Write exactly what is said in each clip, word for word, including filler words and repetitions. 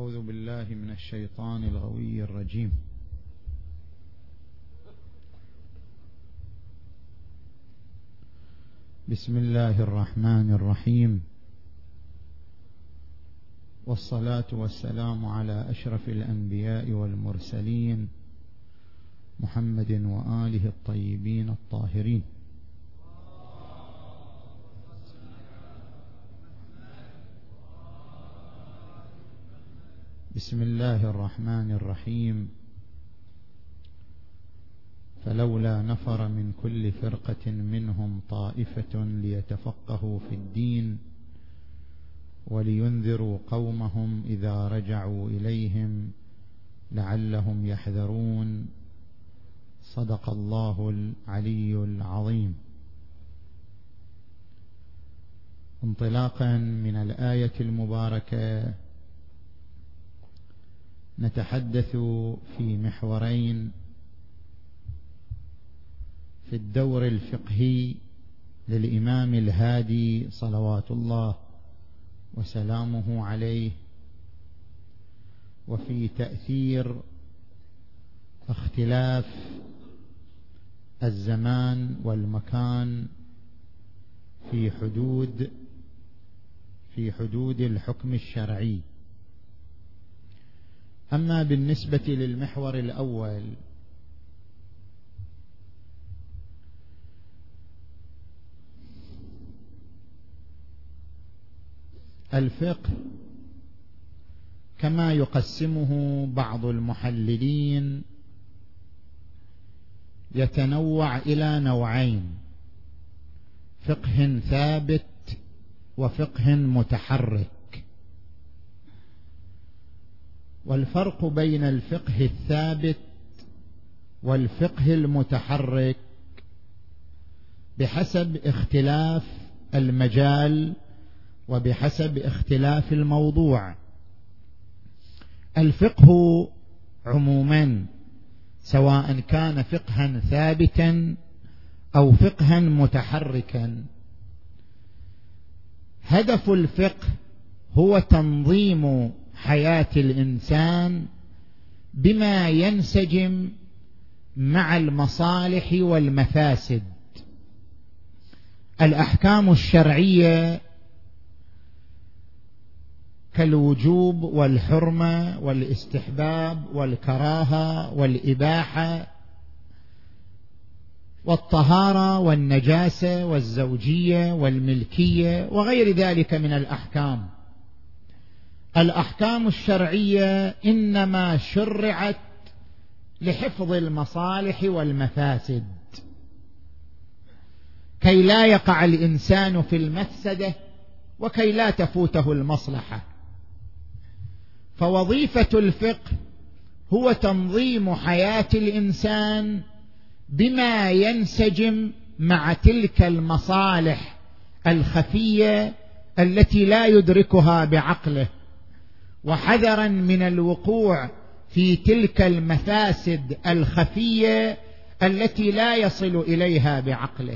أعوذ بالله من الشيطان الغوي الرجيم. بسم الله الرحمن الرحيم، والصلاة والسلام على أشرف الأنبياء والمرسلين محمد وآله الطيبين الطاهرين. بسم الله الرحمن الرحيم. فلولا نفر من كل فرقة منهم طائفة ليتفقهوا في الدين ولينذروا قومهم إذا رجعوا إليهم لعلهم يحذرون. صدق الله العلي العظيم. انطلاقا من الآية المباركة نتحدث في محورين في الدور الفقهي للإمام الهادي صلوات الله وسلامه عليه، وفي تأثير اختلاف الزمان والمكان في حدود في حدود الحكم الشرعي. أما بالنسبة للمحور الأول، الفقه كما يقسمه بعض المحللين يتنوع إلى نوعين: فقه ثابت وفقه متحرك. والفرق بين الفقه الثابت والفقه المتحرك بحسب اختلاف المجال وبحسب اختلاف الموضوع. الفقه عموما سواء كان فقها ثابتا أو فقها متحركا، هدف الفقه هو تنظيم حياة الإنسان بما ينسجم مع المصالح والمفاسد. الأحكام الشرعية كالوجوب والحرمة والاستحباب والكراهة والإباحة والطهارة والنجاسة والزوجية والملكية وغير ذلك من الأحكام. الأحكام الشرعية إنما شرعت لحفظ المصالح والمفاسد، كي لا يقع الإنسان في المفسدة وكي لا تفوته المصلحة. فوظيفة الفقه هو تنظيم حياة الإنسان بما ينسجم مع تلك المصالح الخفية التي لا يدركها بعقله، وحذرا من الوقوع في تلك المفاسد الخفية التي لا يصل إليها بعقله.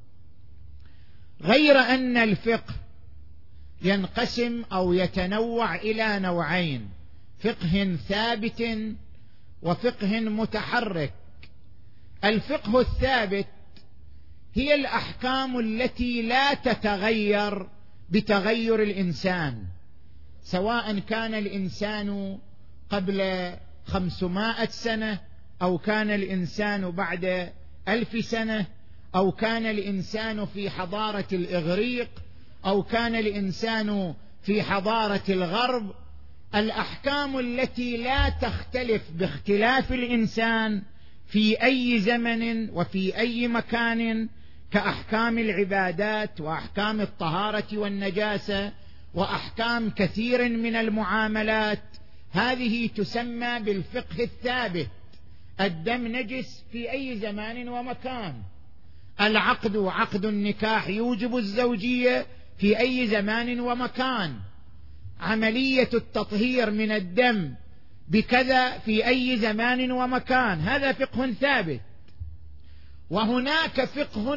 غير أن الفقه ينقسم أو يتنوع إلى نوعين: فقه ثابت وفقه متحرك. الفقه الثابت هي الأحكام التي لا تتغير بتغير الإنسان، سواء كان الإنسان قبل خمسمائة سنة أو كان الإنسان بعد ألف سنة أو كان الإنسان في حضارة الإغريق أو كان الإنسان في حضارة الغرب. الأحكام التي لا تختلف باختلاف الإنسان في أي زمن وفي أي مكان، كأحكام العبادات وأحكام الطهارة والنجاسة وأحكام كثير من المعاملات، هذه تسمى بالفقه الثابت. الدم نجس في أي زمان ومكان، العقد وعقد النكاح يوجب الزوجية في أي زمان ومكان، عملية التطهير من الدم بكذا في أي زمان ومكان، هذا فقه ثابت. وهناك فقه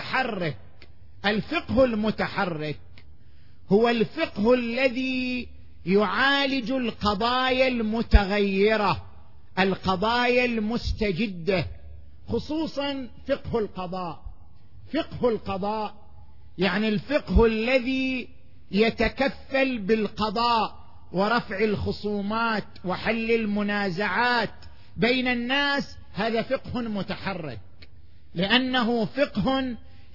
متحرك. الفقه المتحرك هو الفقه الذي يعالج القضايا المتغيرة، القضايا المستجدة، خصوصا فقه القضاء. فقه القضاء يعني الفقه الذي يتكفل بالقضاء ورفع الخصومات وحل المنازعات بين الناس. هذا فقه متحرك، لأنه فقه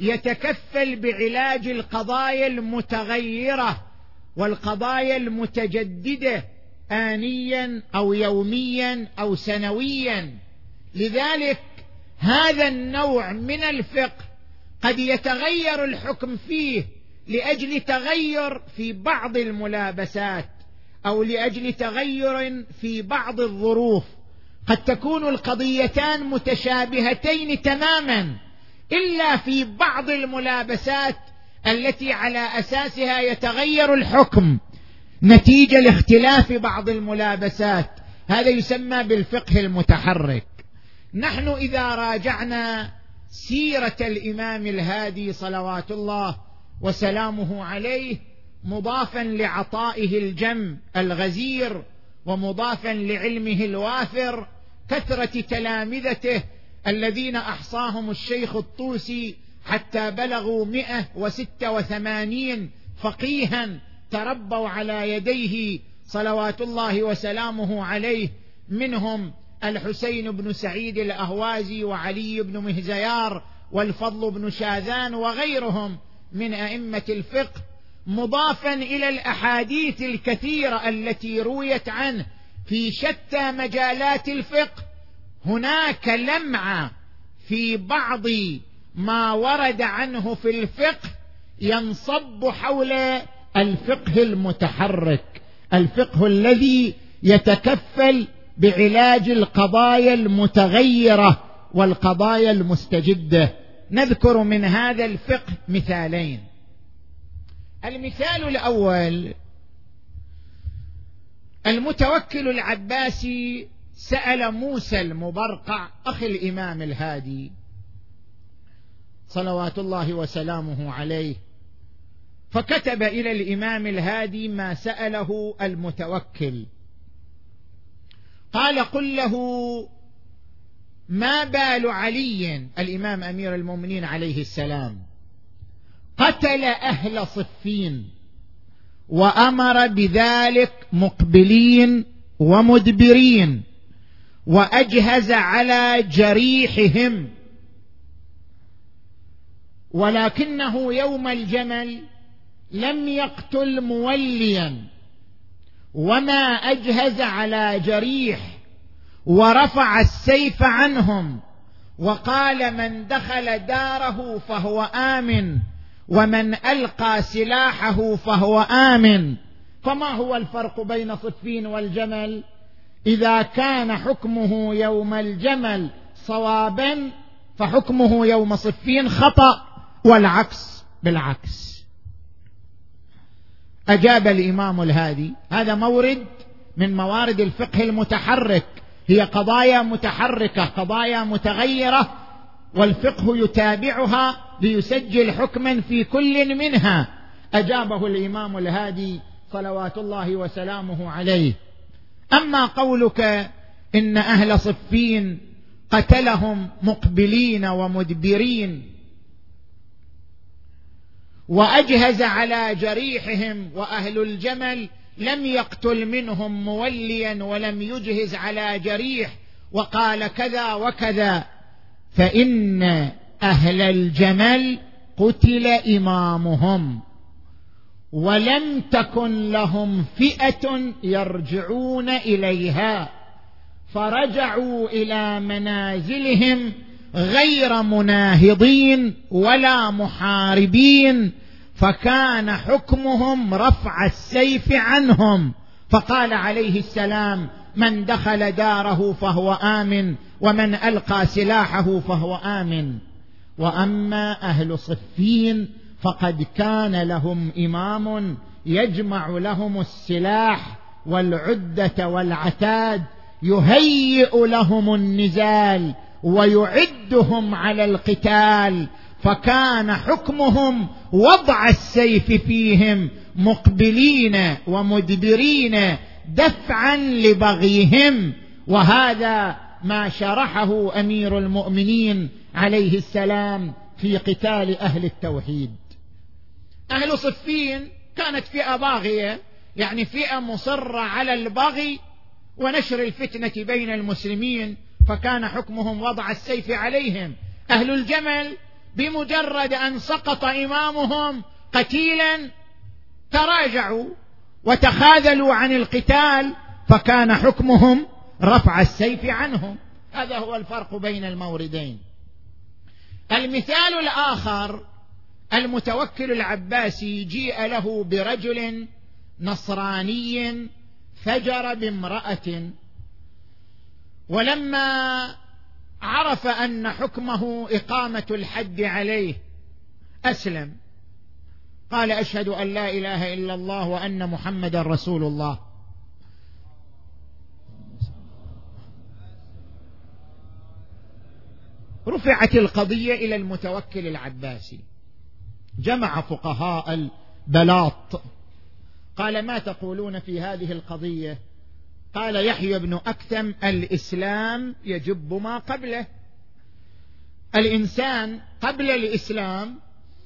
يتكفل بعلاج القضايا المتغيرة والقضايا المتجددة آنيا أو يوميا أو سنويا. لذلك هذا النوع من الفقه قد يتغير الحكم فيه لأجل تغير في بعض الملابسات أو لأجل تغير في بعض الظروف. قد تكون القضيتان متشابهتين تماما إلا في بعض الملابسات التي على أساسها يتغير الحكم نتيجة لاختلاف بعض الملابسات. هذا يسمى بالفقه المتحرك. نحن إذا راجعنا سيرة الإمام الهادي صلوات الله وسلامه عليه، مضافا لعطائه الجم الغزير ومضافا لعلمه الوافر، كثرة تلامذته الذين أحصاهم الشيخ الطوسي حتى بلغوا مئة وستة وثمانين فقيها تربوا على يديه صلوات الله وسلامه عليه، منهم الحسين بن سعيد الأهوازي وعلي بن مهزيار والفضل بن شاذان وغيرهم من أئمة الفقه، مضافا إلى الأحاديث الكثيرة التي رويت عنه في شتى مجالات الفقه. هناك لمعة في بعض ما ورد عنه في الفقه ينصب حول الفقه المتحرك، الفقه الذي يتكفل بعلاج القضايا المتغيرة والقضايا المستجدة. نذكر من هذا الفقه مثالين. المثال الأول: المتوكل العباسي سأل موسى المبرقع أخي الإمام الهادي صلوات الله وسلامه عليه، فكتب إلى الإمام الهادي ما سأله المتوكل. قال: قل له ما بال علي الإمام أمير المؤمنين عليه السلام قتل أهل صفين وأمر بذلك مقبلين ومدبرين، وأجهز على جريحهم، ولكنه يوم الجمل لم يقتل موليا وما أجهز على جريح، ورفع السيف عنهم وقال: من دخل داره فهو آمن ومن ألقى سلاحه فهو آمن. فما هو الفرق بين صفين والجمل؟ إذا كان حكمه يوم الجمل صوابا فحكمه يوم صفين خطأ، والعكس بالعكس. أجاب الإمام الهادي: هذا مورد من موارد الفقه المتحرك، هي قضايا متحركة، قضايا متغيرة، والفقه يتابعها ليسجل حكما في كل منها. أجابه الإمام الهادي صلوات الله وسلامه عليه: أما قولك إن أهل صفين قتلهم مقبلين ومدبرين وأجهز على جريحهم، وأهل الجمل لم يقتل منهم موليا ولم يجهز على جريح وقال كذا وكذا، فإن أهل الجمل قتل إمامهم ولم تكن لهم فئة يرجعون إليها، فرجعوا إلى منازلهم غير مناهضين ولا محاربين، فكان حكمهم رفع السيف عنهم. فقال عليه السلام: من دخل داره فهو آمن ومن ألقى سلاحه فهو آمن. وأما أهل صفين فقد كان لهم إمام يجمع لهم السلاح والعدة والعتاد، يهيئ لهم النزال ويعدهم على القتال، فكان حكمهم وضع السيف فيهم مقبلين ومدبرين دفعا لبغيهم، وهذا ما شرحه أمير المؤمنين عليه السلام في قتال أهل التوحيد. أهل صفين كانت فئة باغية، يعني فئة مصرة على البغي ونشر الفتنة بين المسلمين، فكان حكمهم وضع السيف عليهم. أهل الجمل بمجرد أن سقط إمامهم قتيلا تراجعوا وتخاذلوا عن القتال، فكان حكمهم رفع السيف عنهم. هذا هو الفرق بين الموردين. المثال الآخر المتوكل العباسي، جيء له برجل نصراني فجر بامرأة، ولما عرف أن حكمه إقامة الحد عليه أسلم، قال أشهد أن لا إله إلا الله وأن محمد رسول الله. رفعت القضية إلى المتوكل العباسي، جمع فقهاء البلاط، قال ما تقولون في هذه القضية؟ قال يحيى بن أكثم الإسلام يجب ما قبله. الإنسان قبل الإسلام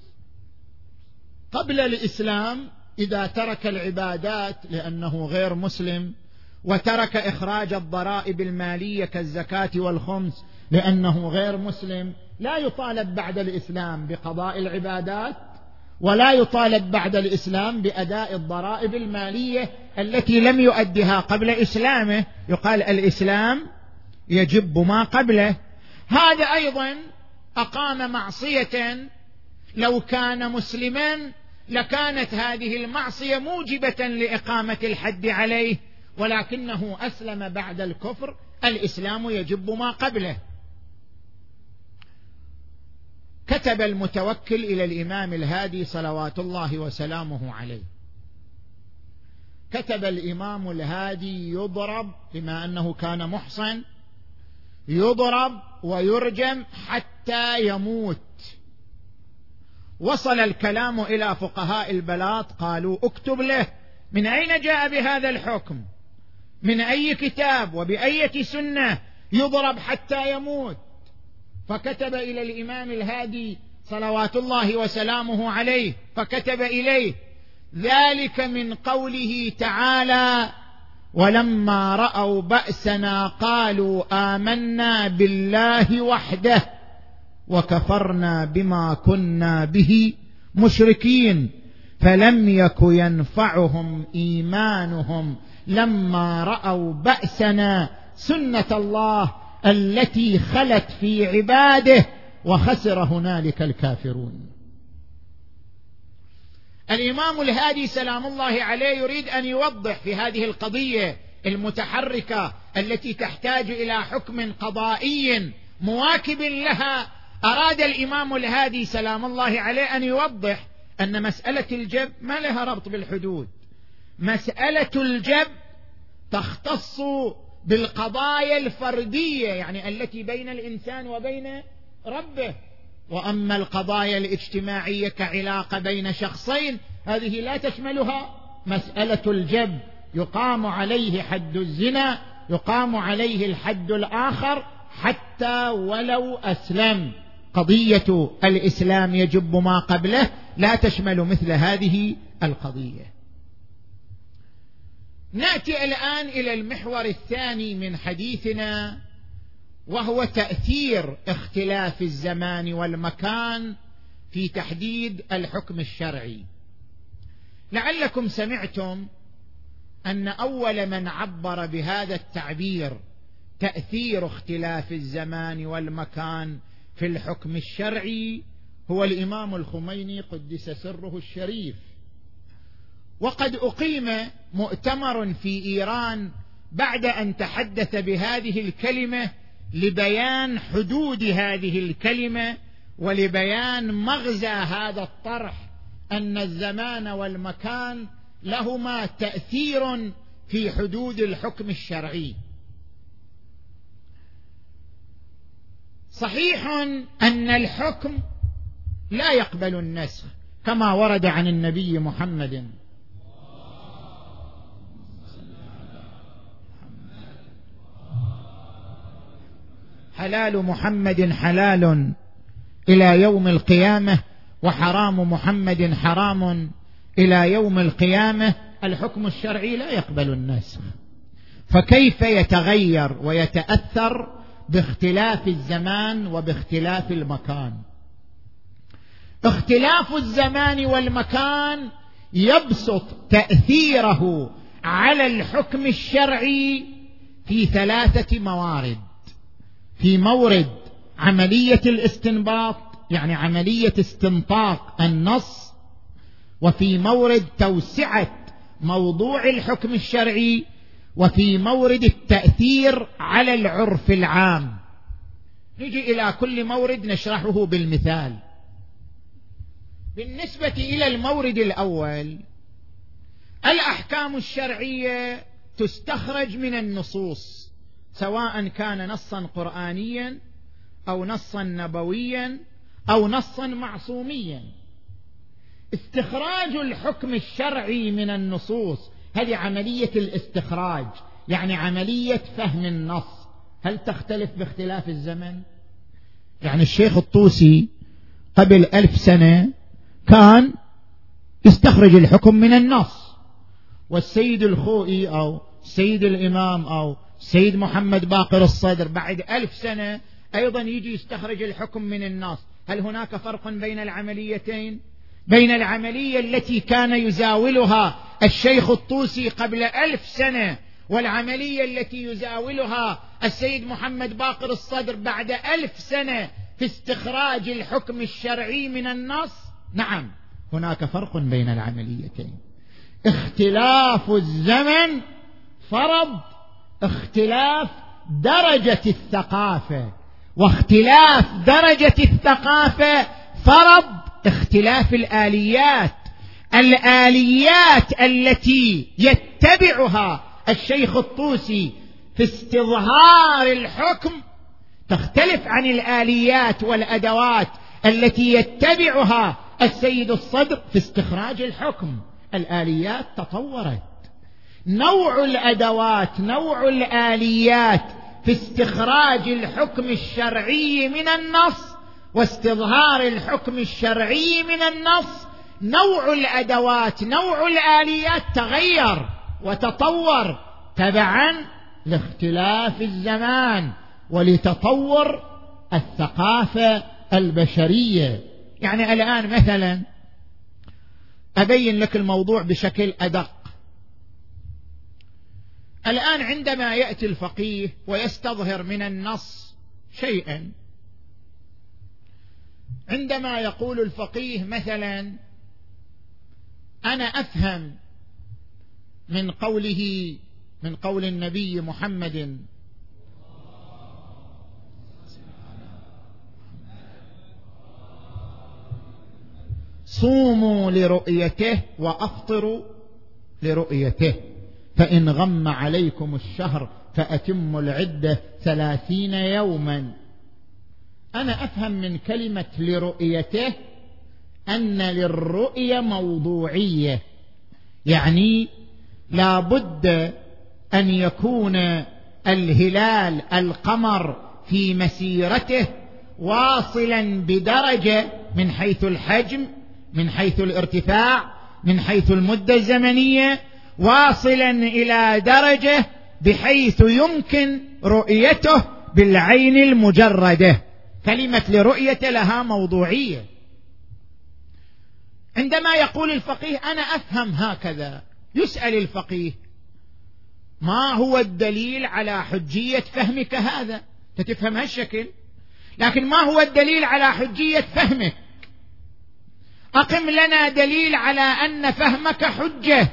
قبل الإسلام إذا ترك العبادات لأنه غير مسلم، وترك إخراج الضرائب المالية كالزكاة والخمس لأنه غير مسلم، لا يطالب بعد الإسلام بقضاء العبادات، ولا يطالب بعد الإسلام بأداء الضرائب المالية التي لم يؤدها قبل إسلامه. يقال الإسلام يجب ما قبله. هذا أيضا أقام معصية، لو كان مسلما لكانت هذه المعصية موجبة لإقامة الحد عليه، ولكنه أسلم بعد الكفر، الإسلام يجب ما قبله. كتب المتوكل إلى الإمام الهادي صلوات الله وسلامه عليه، كتب الإمام الهادي يضرب، بما أنه كان محصن، يضرب ويرجم حتى يموت. وصل الكلام إلى فقهاء البلاط، قالوا اكتب له من أين جاء بهذا الحكم، من أي كتاب وبأية سنة يضرب حتى يموت. فكتب إلى الإمام الهادي صلوات الله وسلامه عليه، فكتب إليه ذلك من قوله تعالى ولما رأوا بأسنا قالوا آمنا بالله وحده وكفرنا بما كنا به مشركين فلم يك ينفعهم إيمانهم لما رأوا بأسنا سنة الله التي خلت في عباده وخسر هنالك الكافرون. الإمام الهادي سلام الله عليه يريد أن يوضح في هذه القضية المتحركة التي تحتاج إلى حكم قضائي مواكب لها. أراد الإمام الهادي سلام الله عليه أن يوضح أن مسألة الجب ما لها ربط بالحدود. مسألة الجب تختص بالقضايا الفردية، يعني التي بين الإنسان وبين ربه، وأما القضايا الاجتماعية كعلاقة بين شخصين هذه لا تشملها مسألة الجب. يقام عليه حد الزنا، يقام عليه الحد الآخر حتى ولو أسلم. قضية الإسلام يجب ما قبله لا تشمل مثل هذه القضية. نأتي الآن إلى المحور الثاني من حديثنا، وهو تأثير اختلاف الزمان والمكان في تحديد الحكم الشرعي. لعلكم سمعتم أن أول من عبر بهذا التعبير تأثير اختلاف الزمان والمكان في الحكم الشرعي هو الإمام الخميني قدس سره الشريف. وقد أقيم مؤتمر في إيران بعد أن تحدث بهذه الكلمة لبيان حدود هذه الكلمة ولبيان مغزى هذا الطرح، أن الزمان والمكان لهما تأثير في حدود الحكم الشرعي. صحيح أن الحكم لا يقبل النسخ كما ورد عن النبي محمد حلال محمد حلال إلى يوم القيامة وحرام محمد حرام إلى يوم القيامة، الحكم الشرعي لا يقبل النسخ، فكيف يتغير ويتأثر باختلاف الزمان وباختلاف المكان؟ اختلاف الزمان والمكان يبسط تأثيره على الحكم الشرعي في ثلاثة موارد: في مورد عملية الاستنباط، يعني عملية استنطاق النص، وفي مورد توسعة موضوع الحكم الشرعي، وفي مورد التأثير على العرف العام. نجي إلى كل مورد نشرحه بالمثال. بالنسبة إلى المورد الأول، الأحكام الشرعية تستخرج من النصوص، سواء كان نصا قرآنيا أو نصا نبويا أو نصا معصوميا. استخراج الحكم الشرعي من النصوص هذه عملية الاستخراج، يعني عملية فهم النص. هل تختلف باختلاف الزمن؟ يعني الشيخ الطوسي قبل ألف سنة كان يستخرج الحكم من النص، والسيد الخوئي أو السيد الإمام أو السيد محمد باقر الصدر بعد ألف سنة أيضا يجي يستخرج الحكم من النص. هل هناك فرق بين العمليتين؟ بين العملية التي كان يزاولها الشيخ الطوسي قبل ألف سنة والعملية التي يزاولها السيد محمد باقر الصدر بعد ألف سنة في استخراج الحكم الشرعي من النص؟ نعم، هناك فرق بين العمليتين. اختلاف الزمن فرض اختلاف درجة الثقافة، واختلاف درجة الثقافة فرض اختلاف الآليات. الآليات التي يتبعها الشيخ الطوسي في استظهار الحكم تختلف عن الآليات والأدوات التي يتبعها السيد الصدر في استخراج الحكم. الآليات تطورت، نوع الأدوات، نوع الآليات في استخراج الحكم الشرعي من النص واستظهار الحكم الشرعي من النص، نوع الأدوات، نوع الآليات تغير وتطور تبعا لاختلاف الزمان ولتطور الثقافة البشرية. يعني الآن مثلا أبين لك الموضوع بشكل أدق. الآن عندما يأتي الفقيه ويستظهر من النص شيئا، عندما يقول الفقيه مثلا أنا أفهم من قوله، من قول النبي محمد صوموا لرؤيته وأفطروا لرؤيته، فإن غم عليكم الشهر فأتموا العدة ثلاثين يوما. أنا أفهم من كلمة لرؤيته أن للرؤية موضوعية، يعني لا بد أن يكون الهلال القمر في مسيرته واصلا بدرجة من حيث الحجم، من حيث الارتفاع، من حيث المدة الزمنية، واصلا إلى درجة بحيث يمكن رؤيته بالعين المجردة. كلمة لرؤية لها موضوعية. عندما يقول الفقيه أنا أفهم هكذا، يسأل الفقيه ما هو الدليل على حجية فهمك هذا؟ تتفهم هالشكل، لكن ما هو الدليل على حجية فهمك؟ أقم لنا دليل على أن فهمك حجة.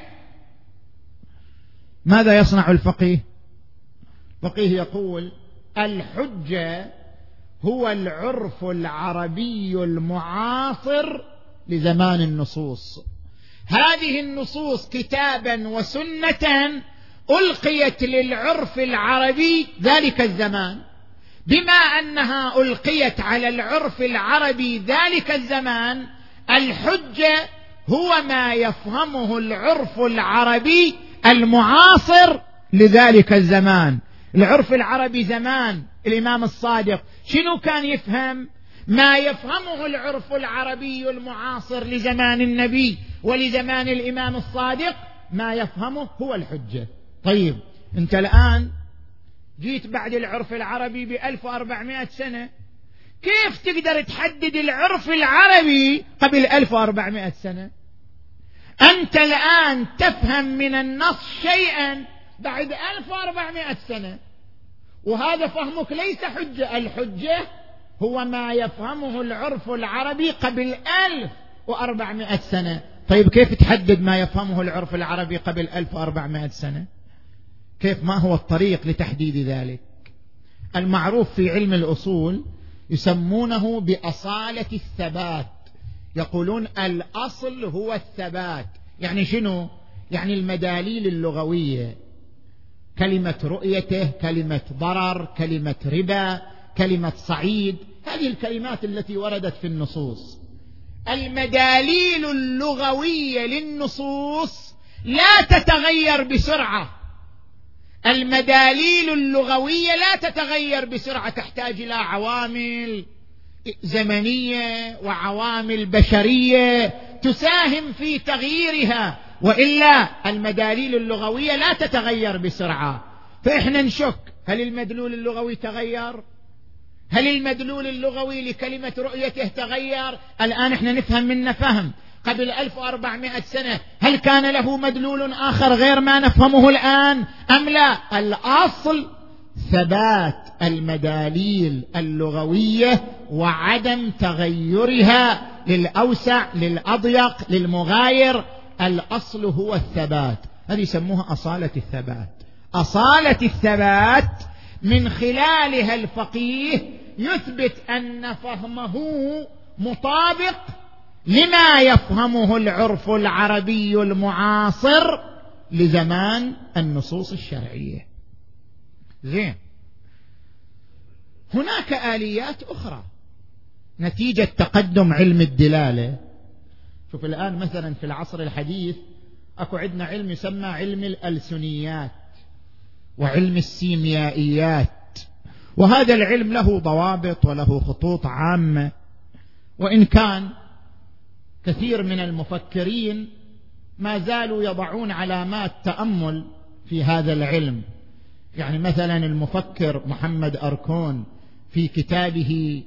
ماذا يصنع الفقيه؟ الفقيه يقول الحجة هو العرف العربي المعاصر لزمان النصوص. هذه النصوص كتابا وسنة ألقيت للعرف العربي ذلك الزمان، بما أنها ألقيت على العرف العربي ذلك الزمان، الحجة هو ما يفهمه العرف العربي المعاصر لذلك الزمان. العرف العربي زمان الإمام الصادق شنو كان يفهم؟ ما يفهمه العرف العربي المعاصر لزمان النبي ولزمان الإمام الصادق ما يفهمه هو الحجة. طيب أنت الآن جيت بعد العرف العربي بألف وأربعمائة سنة، كيف تقدر تحدد العرف العربي قبل ألف وأربعمائة سنة؟ أنت الآن تفهم من النص شيئا بعد ألف وأربعمائة سنة، وهذا فهمك ليس حجة. الحجة هو ما يفهمه العرف العربي قبل ألف وأربعمائة سنة. طيب كيف تحدد ما يفهمه العرف العربي قبل ألف وأربعمائة سنة؟ كيف؟ ما هو الطريق لتحديد ذلك؟ المعروف في علم الأصول يسمونه بأصالة الثبات، يقولون الأصل هو الثبات. يعني شنو؟ يعني المداليل اللغوية، كلمة رؤيته، كلمة ضرر، كلمة ربا، كلمة صعيد، هذه الكلمات التي وردت في النصوص. المداليل اللغوية للنصوص لا تتغير بسرعة، المداليل اللغوية لا تتغير بسرعة، تحتاج إلى عوامل زمنية وعوامل بشرية تساهم في تغييرها، وإلا المداليل اللغوية لا تتغير بسرعة. فإحنا نشك، هل المدلول اللغوي تغير؟ هل المدلول اللغوي لكلمة رؤيته تغير؟ الآن إحنا نفهم منه فهم، قبل ألف وأربعمائة سنة هل كان له مدلول آخر غير ما نفهمه الآن أم لا؟ الأصل ثبات المداليل اللغوية وعدم تغيرها للأوسع للأضيق للمغاير. الأصل هو الثبات، هذه يسموها أصالة الثبات. أصالة الثبات من خلالها الفقيه يثبت أن فهمه مطابق لما يفهمه العرف العربي المعاصر لزمان النصوص الشرعية. زين، هناك آليات أخرى نتيجة تقدم علم الدلالة. شوف الآن مثلا في العصر الحديث أكو عندنا علم يسمى علم الألسنيات وعلم السيميائيات، وهذا العلم له ضوابط وله خطوط عامة، وإن كان كثير من المفكرين ما زالوا يضعون علامات تأمل في هذا العلم. يعني مثلا المفكر محمد أركون في كتابه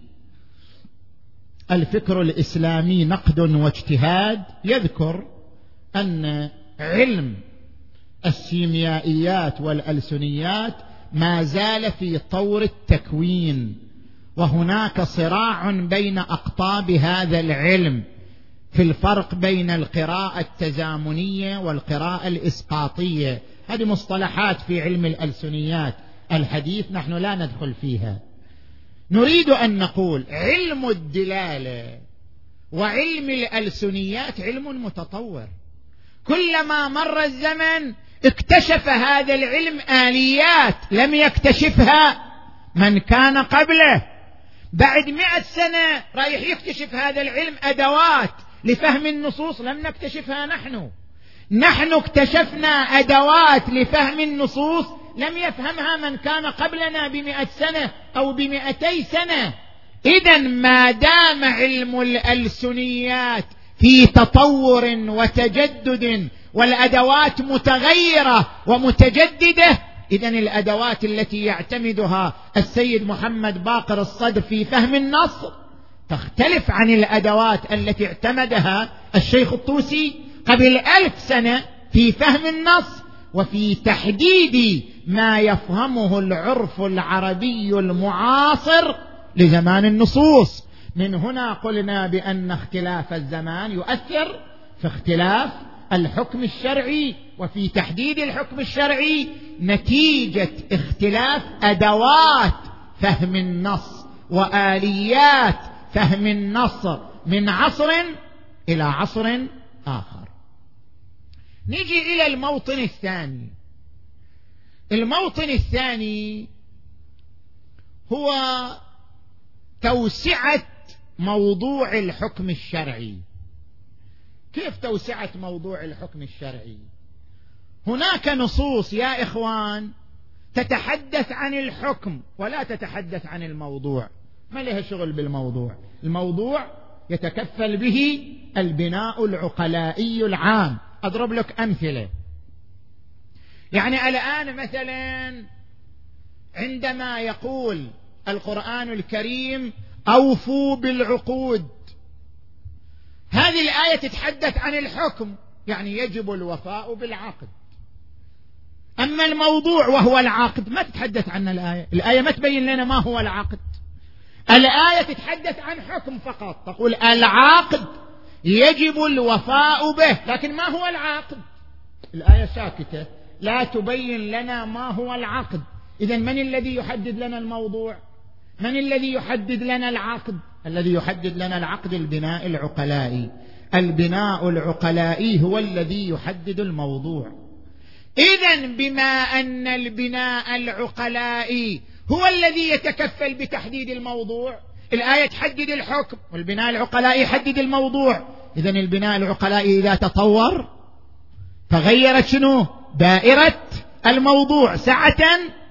الفكر الإسلامي نقد واجتهاد يذكر أن علم السيميائيات والألسنيات ما زال في طور التكوين، وهناك صراع بين أقطاب هذا العلم في الفرق بين القراءة التزامنية والقراءة الإسقاطية. هذه مصطلحات في علم الألسنيات الحديث نحن لا ندخل فيها. نريد أن نقول علم الدلالة وعلم الألسنيات علم متطور، كلما مر الزمن اكتشف هذا العلم آليات لم يكتشفها من كان قبله. بعد مئة سنة رايح يكتشف هذا العلم أدوات لفهم النصوص لم نكتشفها نحن. نحن اكتشفنا أدوات لفهم النصوص لم يفهمها من كان قبلنا بمئة سنة أو بمئتي سنة. إذن ما دام علم الألسنيات في تطور وتجدد والأدوات متغيرة ومتجددة، إذن الأدوات التي يعتمدها السيد محمد باقر الصدر في فهم النص تختلف عن الأدوات التي اعتمدها الشيخ الطوسي قبل ألف سنة في فهم النص وفي تحديد ما يفهمه العرف العربي المعاصر لزمان النصوص. من هنا قلنا بأن اختلاف الزمان يؤثر في اختلاف الحكم الشرعي، وفي تحديد الحكم الشرعي نتيجة اختلاف أدوات فهم النص وآليات فهم النص من عصر إلى عصر آخر. نجي إلى الموطن الثاني. الموطن الثاني هو توسعة موضوع الحكم الشرعي. كيف توسعة موضوع الحكم الشرعي؟ هناك نصوص يا إخوان تتحدث عن الحكم ولا تتحدث عن الموضوع، ما لها شغل بالموضوع. الموضوع يتكفل به البناء العقلائي العام. أضرب لك أمثلة. يعني الآن مثلا عندما يقول القرآن الكريم أوفوا بالعقود، هذه الآية تتحدث عن الحكم، يعني يجب الوفاء بالعقد. أما الموضوع وهو العقد ما تتحدث عنه الآية. الآية ما تبين لنا ما هو العقد. الآية تتحدث عن حكم فقط، تقول العقد يجب الوفاء به، لكن ما هو العقد؟ الآية ساكتة لا تبين لنا ما هو العقد. إذن من الذي يحدد لنا الموضوع؟ من الذي يحدد لنا العقد؟ الذي يحدد لنا العقد البناء العقلائي. البناء العقلائي هو الذي يحدد الموضوع. إذن بما أن البناء العقلائي هو الذي يتكفل بتحديد الموضوع، الآية تحدد الحكم والبناء العقلائي يحدد الموضوع. إذن البناء العقلائي إذا تطور تغيرت شنو؟ دائرة الموضوع سعة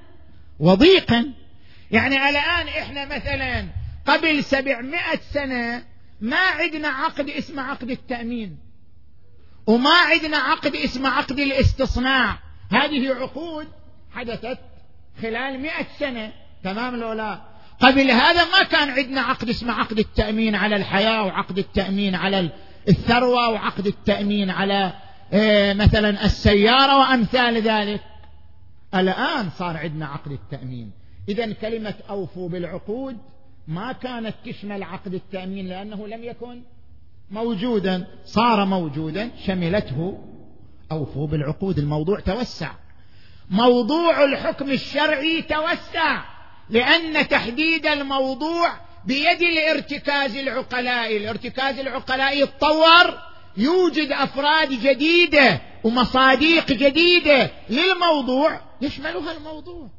وضيقا. يعني الآن إحنا مثلا قبل سبعمائة سنة ما عندنا عقد اسمه عقد التأمين، وما عندنا عقد اسمه عقد الاستصناع. هذه عقود حدثت خلال مئة سنة، تمام لو لا؟ قبل هذا ما كان عندنا عقد اسمه عقد التأمين على الحياة، وعقد التأمين على الثروة، وعقد التأمين على مثلا السيارة وأمثال ذلك. الآن صار عندنا عقد التأمين. إذن كلمة أوفوا بالعقود ما كانت تشمل عقد التأمين لأنه لم يكن موجودا، صار موجودا شملته أوفوا بالعقود. الموضوع توسع. موضوع الحكم الشرعي توسع، لأن تحديد الموضوع بيد الارتكاز العقلائي. الارتكاز العقلائي يتطور، يوجد أفراد جديدة ومصاديق جديدة للموضوع يشملها الموضوع.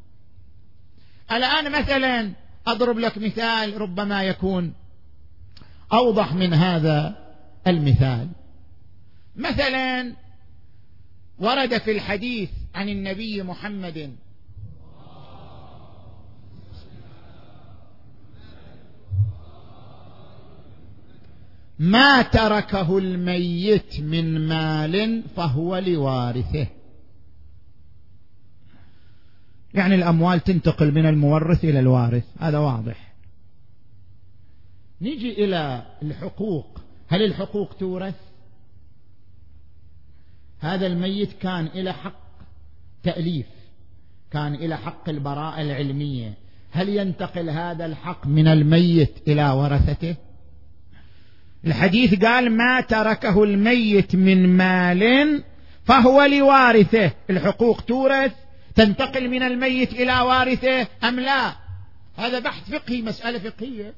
الآن مثلا أضرب لك مثال ربما يكون أوضح من هذا المثال. مثلا ورد في الحديث عن النبي محمد ما تركه الميت من مال فهو لوارثه. يعني الأموال تنتقل من المورث إلى الوارث، هذا واضح. نيجي إلى الحقوق. هل الحقوق تورث؟ هذا الميت كان إلى حق تأليف، كان إلى حق البراءة العلمية، هل ينتقل هذا الحق من الميت إلى ورثته؟ الحديث قال ما تركه الميت من مال فهو لوارثه. الحقوق تورث، تنتقل من الميت إلى وارثه أم لا؟ هذا بحث فقهي، مسألة فقهية.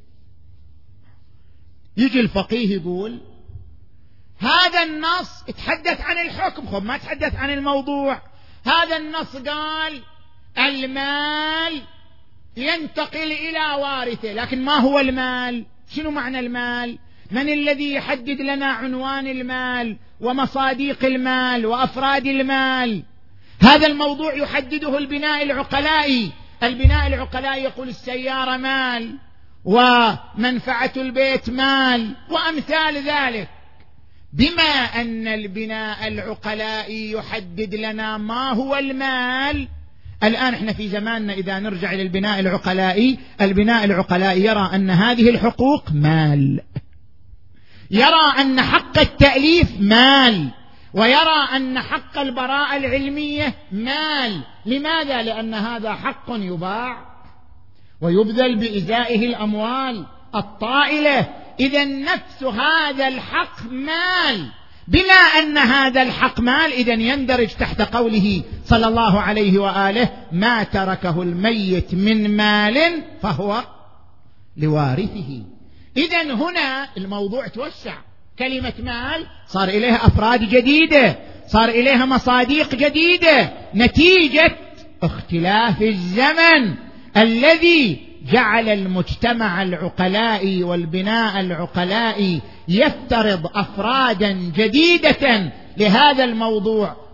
يجي الفقيه يقول هذا النص يتحدث عن الحكم، خب ما تحدث عن الموضوع. هذا النص قال المال ينتقل إلى وارثه، لكن ما هو المال؟ شنو معنى المال؟ من الذي يحدد لنا عنوان المال ومصاديق المال وأفراد المال؟ هذا الموضوع يحدده البناء العقلائي. البناء العقلائي يقول السيارة مال، ومنفعة البيت مال، وأمثال ذلك. بما أن البناء العقلائي يحدد لنا ما هو المال، الآن احنا في زماننا إذا نرجع للبناء العقلائي، البناء العقلائي يرى أن هذه الحقوق مال، يرى أن حق التأليف مال، ويرى أن حق البراءة العلمية مال. لماذا؟ لأن هذا حق يباع ويبذل بإزائه الأموال الطائلة. إذا نفس هذا الحق مال. بما أن هذا الحق مال، إذا يندرج تحت قوله صلى الله عليه وآله ما تركه الميت من مال فهو لوارثه. إذا هنا الموضوع توسع. كلمة مال صار إليها أفراد جديدة، صار إليها مصاديق جديدة، نتيجة اختلاف الزمن الذي جعل المجتمع العقلائي والبناء العقلائي يفترض أفرادا جديدة لهذا الموضوع،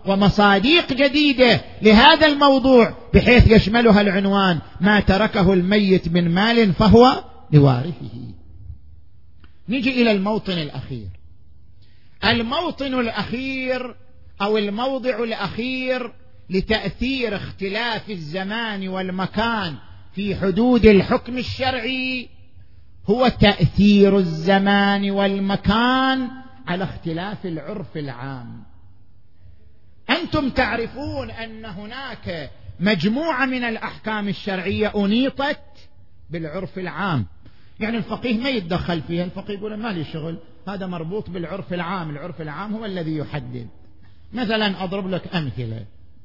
ومصاديق جديدة لهذا الموضوع بحيث يشملها العنوان: ما تركه الميت من مال فهو لوارثه. نجي إلى الموطن الأخير. الموطن الأخير أو الموضع الأخير لتأثير اختلاف الزمان والمكان في حدود الحكم الشرعي هو تأثير الزمان والمكان على اختلاف العرف العام. أنتم تعرفون أن هناك مجموعة من الأحكام الشرعية أنيطت بالعرف العام، يعني الفقيه ما يتدخل فيها، الفقيه يقول ما لي شغل، هذا مربوط بالعرف العام، العرف العام هو الذي يحدد. مثلا أضرب لك أمثلة.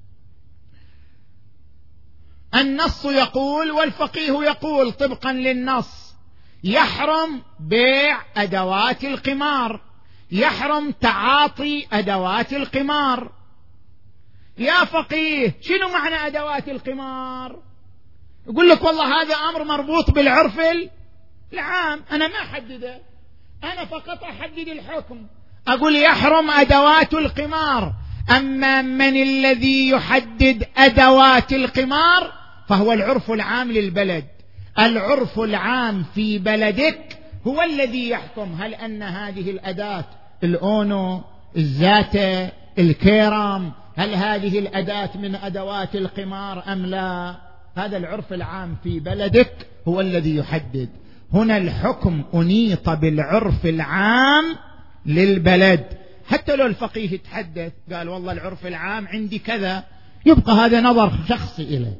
النص يقول والفقيه يقول طبقا للنص: يحرم بيع أدوات القمار، يحرم تعاطي أدوات القمار. يا فقيه شنو معنى أدوات القمار؟ يقول لك والله هذا أمر مربوط بالعرف العام، أنا ما أحدده، أنا فقط أحدد الحكم، أقول يحرم أدوات القمار. أما من الذي يحدد أدوات القمار فهو العرف العام للبلد. العرف العام في بلدك هو الذي يحكم هل أن هذه الأداة الأونو، الزاتة، الكيرام، هل هذه الأداة من أدوات القمار أم لا. هذا العرف العام في بلدك هو الذي يحدد. هنا الحكم أنيط بالعرف العام للبلد، حتى لو الفقيه يتحدث قال والله العرف العام عندي كذا، يبقى هذا نظر شخصي إليه.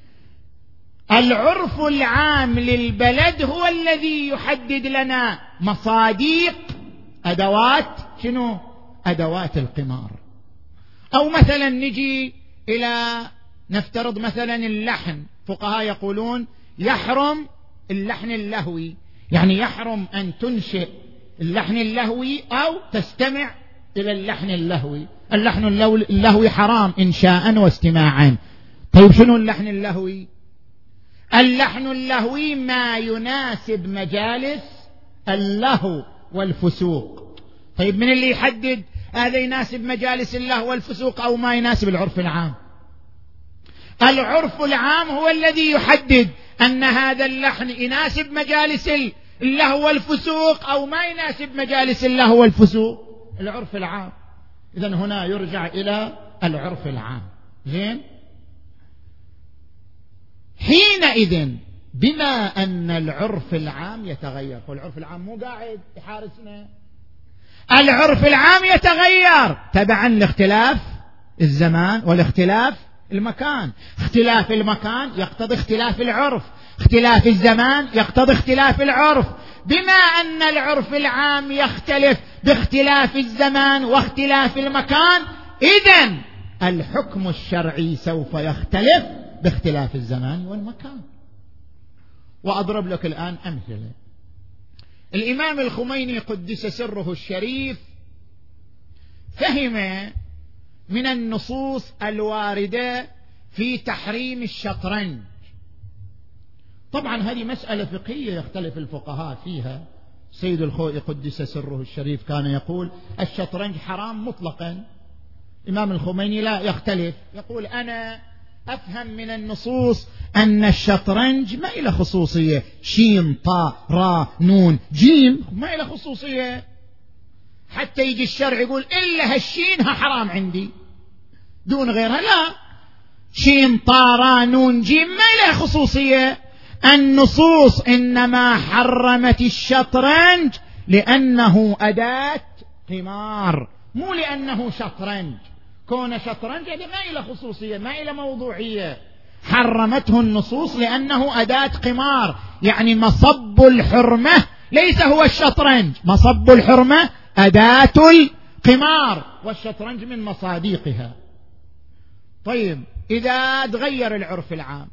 العرف العام للبلد هو الذي يحدد لنا مصاديق أدوات شنو؟ أدوات القمار. أو مثلا نجي إلى نفترض مثلا اللحن، فقهاء يقولون يحرم اللحن اللهوي، يعني يحرم أن تنشئ اللحن اللهوي أو تستمع إلى اللحن اللهوي. اللحن اللهوي حرام إنشاء واستماعا. طيب شنو اللحن اللهوي؟ اللحن اللهوي ما يناسب مجالس اللهو والفسوق. طيب من اللي يحدد هذا يناسب مجالس اللهو والفسوق أو ما يناسب؟ العرف العام. العرف العام هو الذي يحدد أن هذا اللحن يناسب مجالس اللهو والفسوق أو ما يناسب مجالس اللهو والفسوق، العرف العام. إذن هنا يرجع إلى العرف العام. زين، حينئذ بما أن العرف العام يتغير، والعرف العام مو قاعد يحارسنا، العرف العام يتغير تبعا لاختلاف الزمان والاختلاف المكان. اختلاف المكان يقتضي اختلاف العرف، اختلاف الزمان يقتضي اختلاف العرف. بما أن العرف العام يختلف باختلاف الزمان واختلاف المكان، إذن الحكم الشرعي سوف يختلف باختلاف الزمان والمكان. وأضرب لك الآن أمثلة. الإمام الخميني قدس سره الشريف فهم من النصوص الواردة في تحريم الشطرنج. طبعا هذه مسألة فقهية يختلف الفقهاء فيها. سيد الخوئي قدس سره الشريف كان يقول الشطرنج حرام مطلقا. الإمام الخميني لا، يختلف، يقول أنا أفهم من النصوص أن الشطرنج ما إلى خصوصية، شين طا را نون جيم ما إلى خصوصية، حتى يجي الشرع يقول إلا هالشين ها حرام عندي دون غيرها. لا، شين طا را نون جيم ما إلى خصوصية. النصوص إنما حرمت الشطرنج لأنه أداة قمار، مو لأنه شطرنج. كون شطرنج هذا ما إلى خصوصية، ما إلى موضوعية. حرمته النصوص لأنه أداة قمار، يعني مصب الحرمة ليس هو الشطرنج، مصب الحرمة أداة القمار، والشطرنج من مصاديقها. طيب إذا تغير العرف العام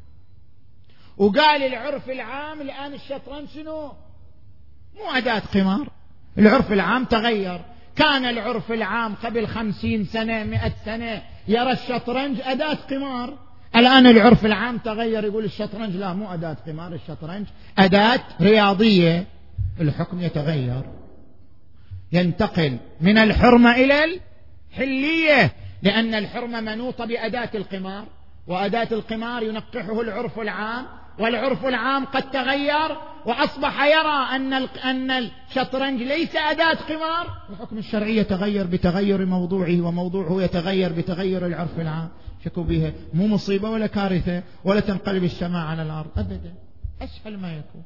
وقال العرف العام الآن الشطرنج شنو؟ مو أداة قمار، العرف العام تغير. كان العرف العام قبل خمسين سنة مئة سنة يرى الشطرنج أداة قمار، الآن العرف العام تغير يقول الشطرنج لا مو أداة قمار، الشطرنج أداة رياضية. الحكم يتغير، ينتقل من الحرمة إلى الحلية، لأن الحرمة منوطة بأداة القمار، وأداة القمار ينقحه العرف العام، والعرف العام قد تغير وأصبح يرى أن أن الشطرنج ليس أداة قمار. الحكم الشرعي يتغير بتغير موضوعه، وموضوعه يتغير بتغير العرف العام. شكوا بها مو مصيبة ولا كارثة ولا تنقلب السماء على الأرض أبدا، أسهل ما يكون.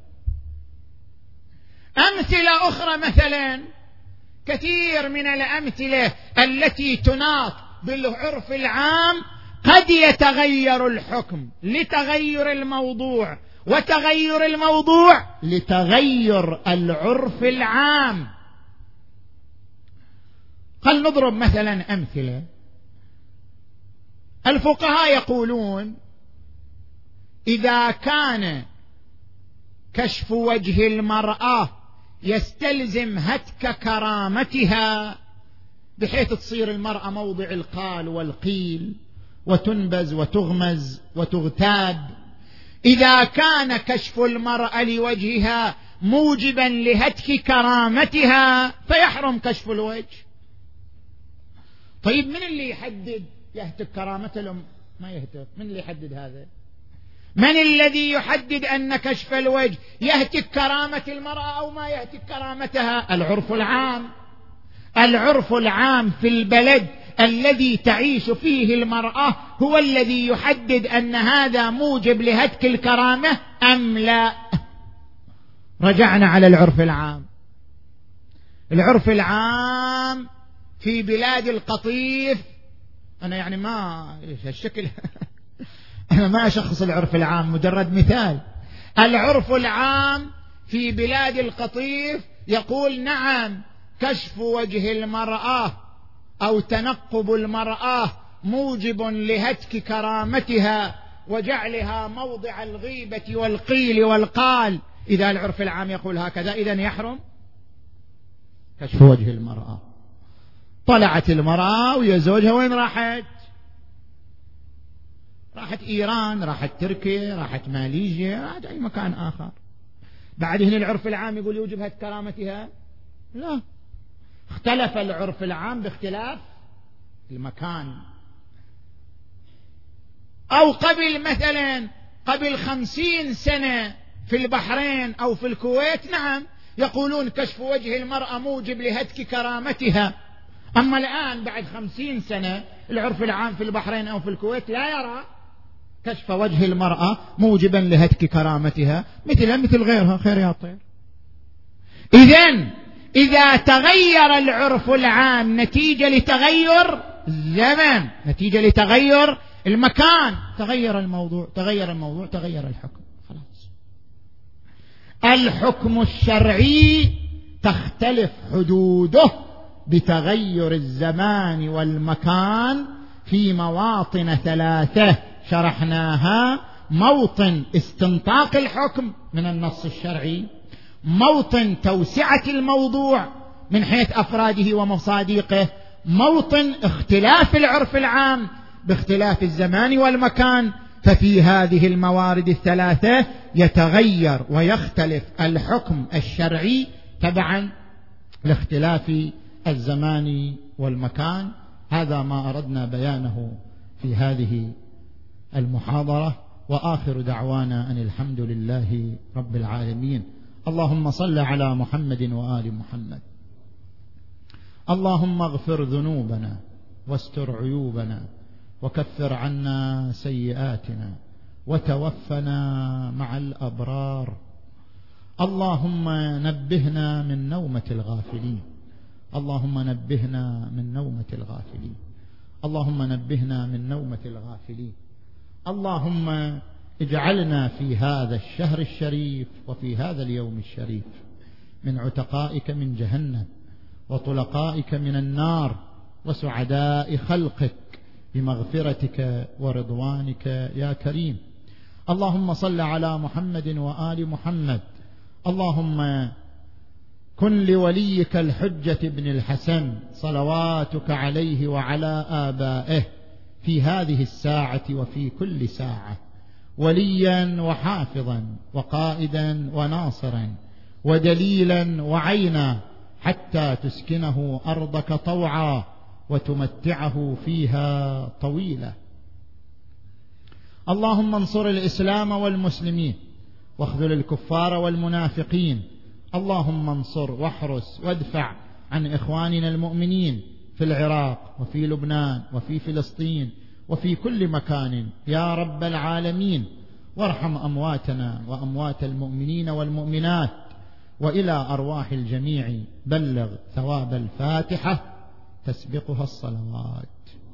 أمثلة أخرى، مثلا كثير من الأمثلة التي تناط بالعرف العام قد يتغير الحكم لتغير الموضوع، وتغير الموضوع لتغير العرف العام. خل نضرب مثلا أمثلة. الفقهاء يقولون إذا كان كشف وجه المرأة يستلزم هتك كرامتها بحيث تصير المرأة موضع القال والقيل وتنبز وتغمز وتغتاب، إذا كان كشف المرأة لوجهها موجبا لهتك كرامتها فيحرم كشف الوجه. طيب من اللي يحدد يهتك كرامة الأم؟ ما يهتك، من اللي يحدد هذا؟ من الذي يحدد أن كشف الوجه يهتك كرامة المرأة أو ما يهتك كرامتها؟ العرف العام. العرف العام في البلد الذي تعيش فيه المرأة هو الذي يحدد أن هذا موجب لهتك الكرامة أم لا. رجعنا على العرف العام. العرف العام في بلاد القطيف، أنا يعني ما الشكل أنا ما أشخص العرف العام، مجرد مثال. العرف العام في بلاد القطيف يقول نعم، كشف وجه المرأة أو تنقب المرأة موجب لهتك كرامتها وجعلها موضع الغيبة والقيل والقال. إذا العرف العام يقول هكذا إذن يحرم كشف وجه المرأة. طلعت المرأة ويا زوجها وين راحت؟ راحت إيران، راحت تركيا، راحت ماليزيا، راحت أي مكان آخر. بعد هنا العرف العام يقول يوجب هتك كرامتها؟ لا، اختلف العرف العام باختلاف المكان. أو قبل مثلا قبل خمسين سنة في البحرين أو في الكويت نعم يقولون كشف وجه المرأة موجب لهتك كرامتها. أما الآن بعد خمسين سنة العرف العام في البحرين أو في الكويت لا يرى كشف وجه المرأة موجبا لهتك كرامتها مثلها مثل غيرها، خير يا طير. إذن إذا تغير العرف العام نتيجة لتغير الزمن، نتيجة لتغير المكان، تغير الموضوع، تغير الموضوع تغير الحكم، خلاص. الحكم الشرعي تختلف حدوده بتغير الزمان والمكان في مواطن ثلاثة شرحناها: موطن استنطاق الحكم من النص الشرعي، موطن توسعة الموضوع من حيث أفراده ومصادقه، موطن اختلاف العرف العام باختلاف الزمان والمكان. ففي هذه الموارد الثلاثة يتغير ويختلف الحكم الشرعي تبعا لاختلاف الزمان والمكان. هذا ما أردنا بيانه في هذه المحاضرة، وآخر دعوانا أن الحمد لله رب العالمين. اللهم صل على محمد وآل محمد. اللهم اغفر ذنوبنا واستر عيوبنا وكفر عنا سيئاتنا وتوفنا مع الأبرار. اللهم نبهنا من نومة الغافلين، اللهم نبهنا من نومة الغافلين، اللهم نبهنا من نومة الغافلين. اللهم اجعلنا في هذا الشهر الشريف وفي هذا اليوم الشريف من عتقائك من جهنم وطلقائك من النار وسعداء خلقك بمغفرتك ورضوانك يا كريم. اللهم صل على محمد وآل محمد. اللهم كن لوليك الحجة بن الحسن صلواتك عليه وعلى آبائه في هذه الساعة وفي كل ساعة وليا وحافظا وقائدا وناصرا ودليلا وعينا حتى تسكنه أرضك طوعا وتمتعه فيها طويلة. اللهم انصر الإسلام والمسلمين واخذل الكفار والمنافقين. اللهم انصر واحرس وادفع عن إخواننا المؤمنين في العراق وفي لبنان وفي فلسطين وفي كل مكان يا رب العالمين، وارحم أمواتنا وأموات المؤمنين والمؤمنات، وإلى أرواح الجميع بلغ ثواب الفاتحة تسبقها الصلوات.